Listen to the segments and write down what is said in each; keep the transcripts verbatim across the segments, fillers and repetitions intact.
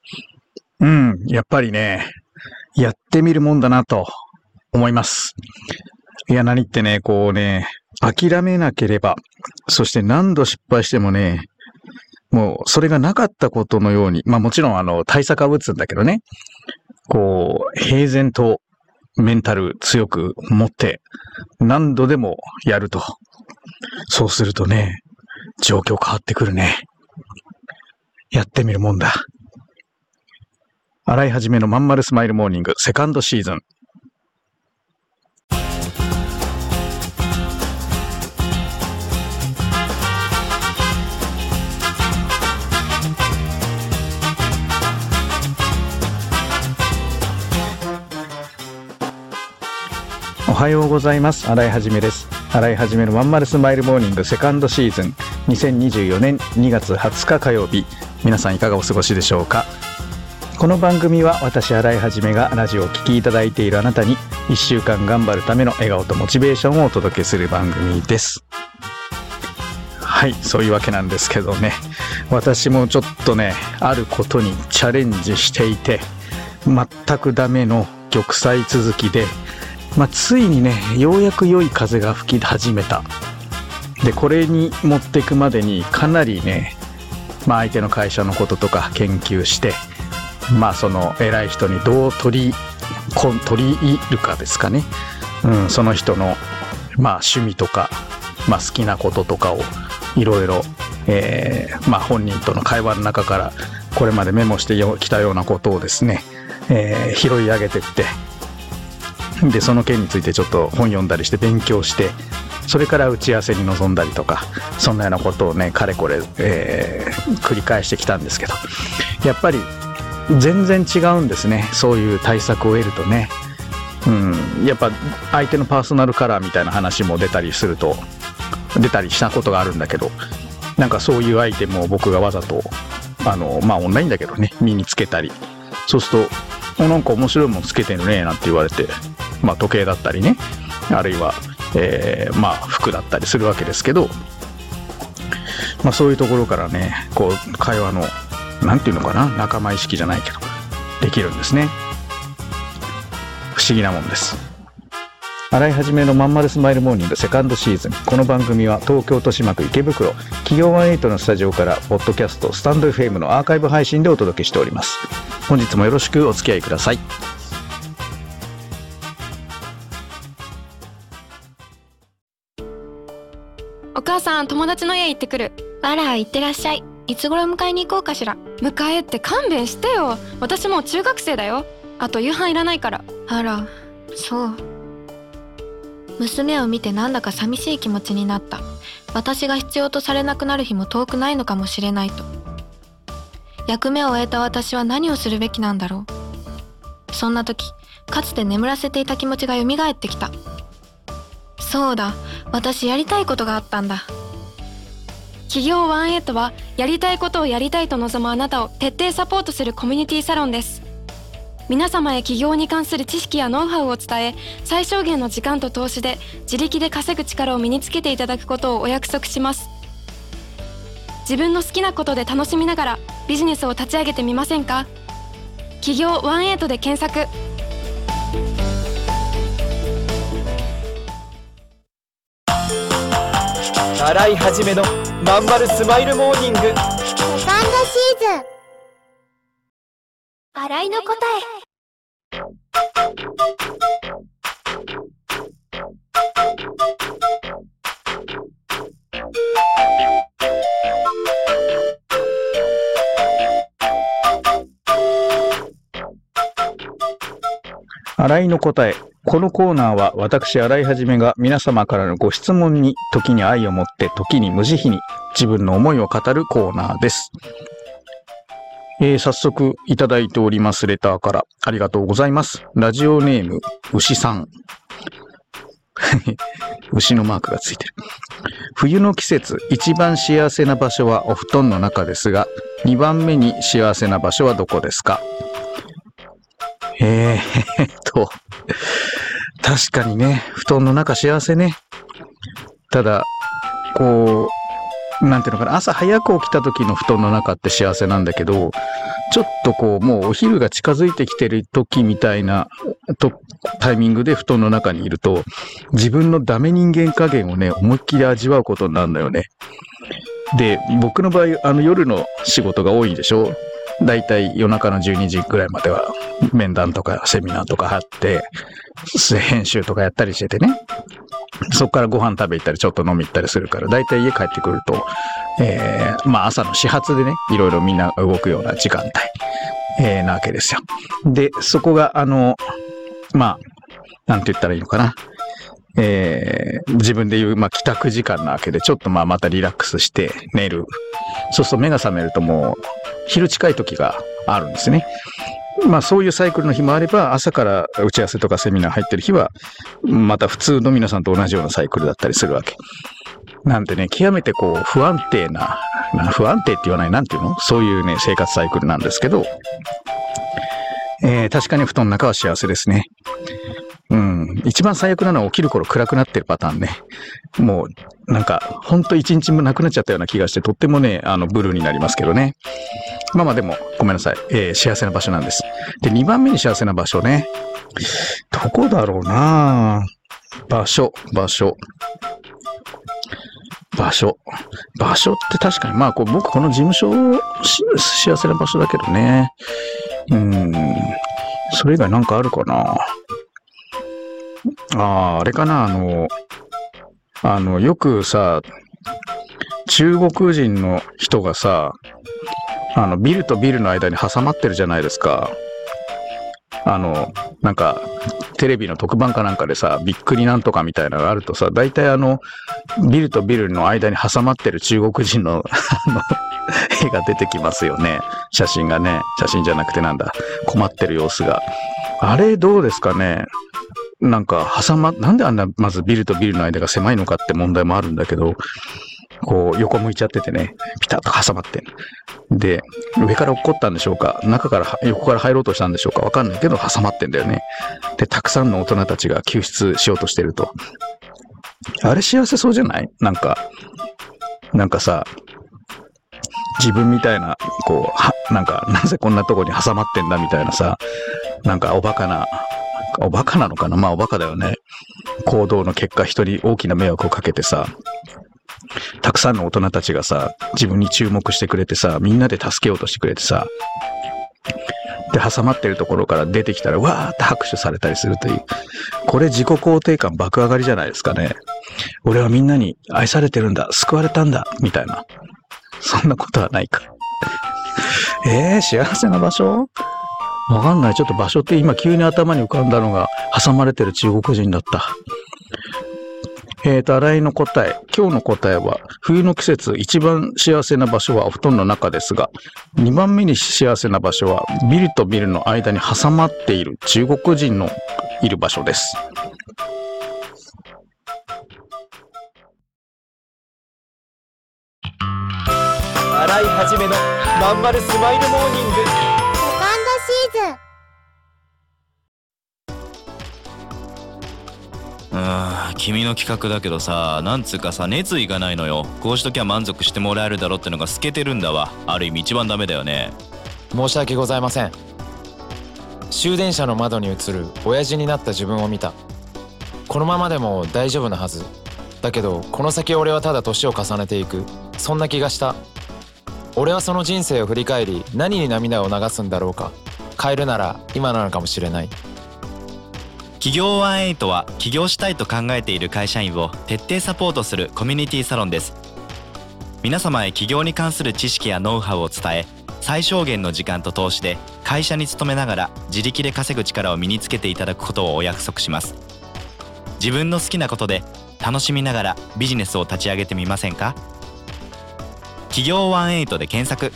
うん、やっぱりね、やってみるもんだなと思います。いや、何ってね、こうね、諦めなければ、そして何度失敗してもね、もうそれがなかったことのように、まあもちろんあの、対策は打つんだけどね、こう、平然とメンタル強く持って、何度でもやると。そうするとね、状況変わってくるね。やってみるもんだ。洗い始めのまんまるスマイルモーニングセカンドシーズン。おはようございます。洗い始めです。洗い始めのまんまるスマイルモーニングセカンドシーズンにせんにじゅうよねんにがつはつか火曜日、皆さんいかがお過ごしでしょうか。この番組は私洗い始めがラジオを聴きいただいているあなたにいっしゅうかん頑張るための笑顔とモチベーションをお届けする番組です。はい、そういうわけなんですけどね、私もちょっとね、あることにチャレンジしていて全くダメの玉砕続きで、まあ、ついにね、ようやく良い風が吹き始めた。で、これに持っていくまでにかなりね、まあ、相手の会社のこととか研究して、まあその偉い人にどう取り取り入るかですかね、うん、その人のまあ趣味とか、まあ、好きなこととかをいろいろ、えー、まあ本人との会話の中からこれまでメモしてきたようなことをですね、えー、拾い上げていって、でその件についてちょっと本読んだりして勉強して、それから打ち合わせに臨んだりとか、そんなようなことをねかれこれ、えー、繰り返してきたんですけど、やっぱり全然違うんですね。そういう対策を得るとね、うん、やっぱ相手のパーソナルカラーみたいな話も出たりすると出たりしたことがあるんだけど、なんかそういうアイテムを僕がわざとあのまあオンラインだけどね身につけたり、そうするとなんか面白いもんつけてるねなんて言われて、まあ時計だったりね、あるいは、えー、まあ服だったりするわけですけど、まあそういうところからね、こう会話のなんていうのかな、仲間意識じゃないけどできるんですね。不思議なもんです。洗い始めのまんまるスマイルモーニングセカンドシーズン。この番組は東京豊島区池袋企業ワンエイトのスタジオからポッドキャストスタンド エフエム のアーカイブ配信でお届けしております。本日もよろしくお付き合いください。 お母さん、友達の家行ってくる。 あら、行ってらっしゃい。いつ頃迎えに行こうかしら。 迎えって勘弁してよ。私もう中学生だよ。あと夕飯いらないから。 あら、そう。娘を見てなんだか寂しい気持ちになった。私が必要とされなくなる日も遠くないのかもしれないと。役目を終えた私は何をするべきなんだろう。そんな時、かつて眠らせていた気持ちが蘇ってきた。そうだ、私やりたいことがあったんだ。 企業ワンエイトはやりたいことをやりたいと望むあなたを徹底サポートするコミュニティサロンです。皆様へ起業に関する知識やノウハウを伝え、最小限の時間と投資で自力で稼ぐ力を身につけていただくことをお約束します。自分の好きなことで楽しみながらビジネスを立ち上げてみませんか。企業ワンエイトで検索。 洗い始めのまんまるスマイルモーニングセカンドシーズン。洗いの答え。 洗いの答え。このコーナーは私洗い始めが皆様からのご質問に時に愛を持って時に無慈悲に自分の思いを語るコーナーです。えー、早速いただいておりますレターからありがとうございます。ラジオネーム牛さん牛のマークがついてる。冬の季節一番幸せな場所はお布団の中ですが、にばんめに幸せな場所はどこですか。えーっと確かにね、布団の中幸せね。ただこうなんていうのかな、朝早く起きた時の布団の中って幸せなんだけど、 ちょっとこうもうお昼が近づいてきてる時みたいなとタイミングで布団の中にいると、自分のダメ人間加減をね思いっきり味わうことになるのよね。で、僕の場合あの夜の仕事が多いでしょ。だいたい夜中のじゅうにじぐらいまでは面談とかセミナーとかあって編集とかやったりしててね、そこからご飯食べ行ったりちょっと飲み行ったりするから、だいたい家帰ってくると、えー、まあ朝の始発でねいろいろみんな動くような時間帯、えー、なわけですよ。でそこがあのまあなんて言ったらいいのかな、えー、自分で言う、まあ、帰宅時間なわけで、ちょっとまあまたリラックスして寝る。そうすると目が覚めるともう昼近い時があるんですね。まあそういうサイクルの日もあれば、朝から打ち合わせとかセミナー入ってる日はまた普通の皆さんと同じようなサイクルだったりするわけなんでね、極めてこう不安定な、不安定って言わない、なんていうの、そういうね生活サイクルなんですけど、えー、確かに布団の中は幸せですね。うん、一番最悪なのは起きる頃暗くなってるパターンね。もうなんかほんと一日もなくなっちゃったような気がして、とってもねあのブルーになりますけどね。まあまあでもごめんなさい、えー、幸せな場所なんです。でにばんめに幸せな場所ね、どこだろうな。場所場所場所場所って確かにまあこう僕この事務所幸せな場所だけどね。うん、それ以外なんかあるかな。ああ、あれかな、あの、あの、よくさ、中国人の人がさ、あの、ビルとビルの間に挟まってるじゃないですか。あの、なんか、テレビの特番かなんかでさ、びっくりなんとかみたいなのがあるとさ、大体あの、ビルとビルの間に挟まってる中国人の、あの、絵が出てきますよね。写真がね、写真じゃなくてなんだ、困ってる様子が。あれどうですかね。なんか挟ま、なんであんなまずビルとビルの間が狭いのかって問題もあるんだけど、こう横向いちゃっててね、ピタッと挟まって。で、上から落っこったんでしょうか、中から横から入ろうとしたんでしょうか、わかんないけど挟まってんだよね。で、たくさんの大人たちが救出しようとしてると。あれ幸せそうじゃない？なんか、なんかさ、自分みたいな、こう、は、なんか、なぜこんなとこに挟まってんだみたいなさ、なんかおバカな、おバカなのかな、まあおバカだよね。行動の結果一人大きな迷惑をかけてさ、たくさんの大人たちがさ、自分に注目してくれてさ、みんなで助けようとしてくれてさ、で、挟まってるところから出てきたら、わーって拍手されたりするという。これ自己肯定感爆上がりじゃないですかね。俺はみんなに愛されてるんだ、救われたんだ、みたいな。そんなことはないか。えー、幸せな場所？わかんない。ちょっと場所って今急に頭に浮かんだのが、挟まれてる中国人だった。えーと、新井の答え。今日の答えは、冬の季節一番幸せな場所はお布団の中ですが、にばんめに幸せな場所は、ビルとビルの間に挟まっている中国人のいる場所です。 新井はじめのまんまるスマイルモーニングセカンドシーズン。 うーん、君の企画だけどさ、なんつうかさ、熱意がないのよ。こうしときゃ満足してもらえるだろってのが透けてるんだわ。ある意味一番ダメだよね。 申し訳ございません。終電車の窓に映る親父になった自分を見た。このままでも大丈夫なはずだけど、この先俺はただ年を重ねていく、そんな気がした。俺はその人生を振り返り、何に涙を流すんだろうか。変えるなら今なのかもしれない。 企業じゅうはちは起業したいと考えている会社員を徹底サポートするコミュニティサロンです。皆様へ起業に関する知識やノウハウを伝え、最小限の時間と投資で会社に勤めながら自力で稼ぐ力を身につけていただくことをお約束します。自分の好きなことで楽しみながらビジネスを立ち上げてみませんか？企業じゅうはちで検索。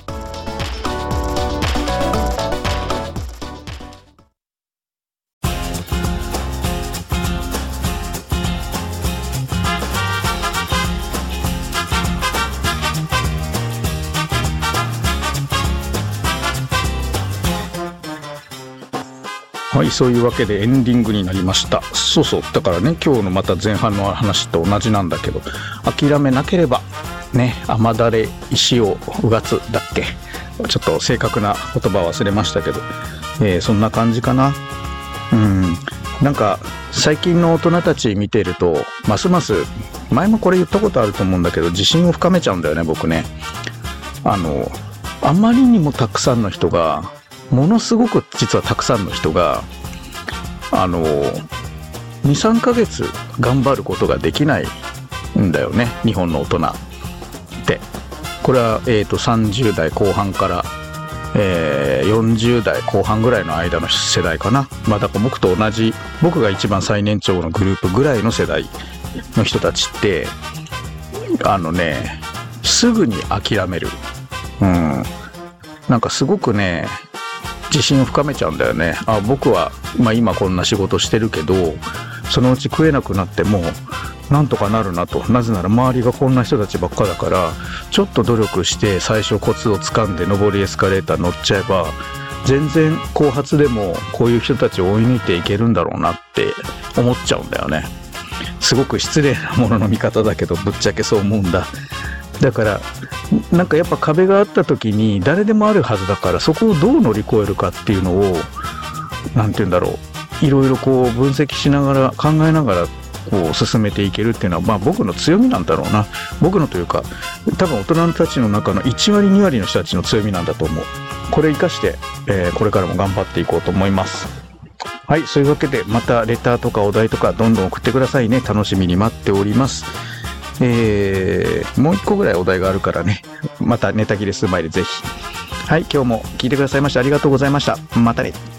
はい、そういうわけでエンディングになりました。そうそう、だからね、今日のまた前半の話と同じなんだけど、諦めなければね、雨だれ石をうがつだっけ、 ちょっと正確な言葉忘れましたけど、えー、そんな感じかな。うんなんか最近の大人たち見てるとますます前もこれ言ったことあると思うんだけど自信を深めちゃうんだよね僕ね。あのあまりにもたくさんの人がものすごく実はたくさんの人があの にさんかげつ頑張ることができないんだよね日本の大人って。これは、えーとさんじゅう代後半から、えー、よんじゅう代後半ぐらいの間の世代かな。まあだから僕と同じ僕が一番最年長のグループぐらいの世代の人たちってあのねすぐに諦める。うんなんかすごくね自信を深めちゃうんだよね。あ僕は、まあ、今こんな仕事してるけどそのうち食えなくなってもなんとかなるなと。なぜなら周りがこんな人たちばっかだからちょっと努力して最初コツをつかんで上りエスカレーター乗っちゃえば全然後発でもこういう人たちを追い抜いていけるんだろうなって思っちゃうんだよね。すごく失礼なものの見方だけどぶっちゃけそう思うんだ。だからなんかやっぱ壁があった時に誰でもあるはずだからそこをどう乗り越えるかっていうのをなんて言うんだろういろいろこう分析しながら考えながらこう進めていけるっていうのはまあ僕の強みなんだろうな。僕のというか多分大人たちの中のいち割に割の人たちの強みなんだと思う。これを生かして、えー、これからも頑張っていこうと思います。はい、そういうわけでまたレターとかお題とかどんどん送ってくださいね。楽しみに待っております。えー、もう一個ぐらいお題があるからねまたネタ切れスマイルぜひ。はい今日も聞いてくださいましてありがとうございました。またね。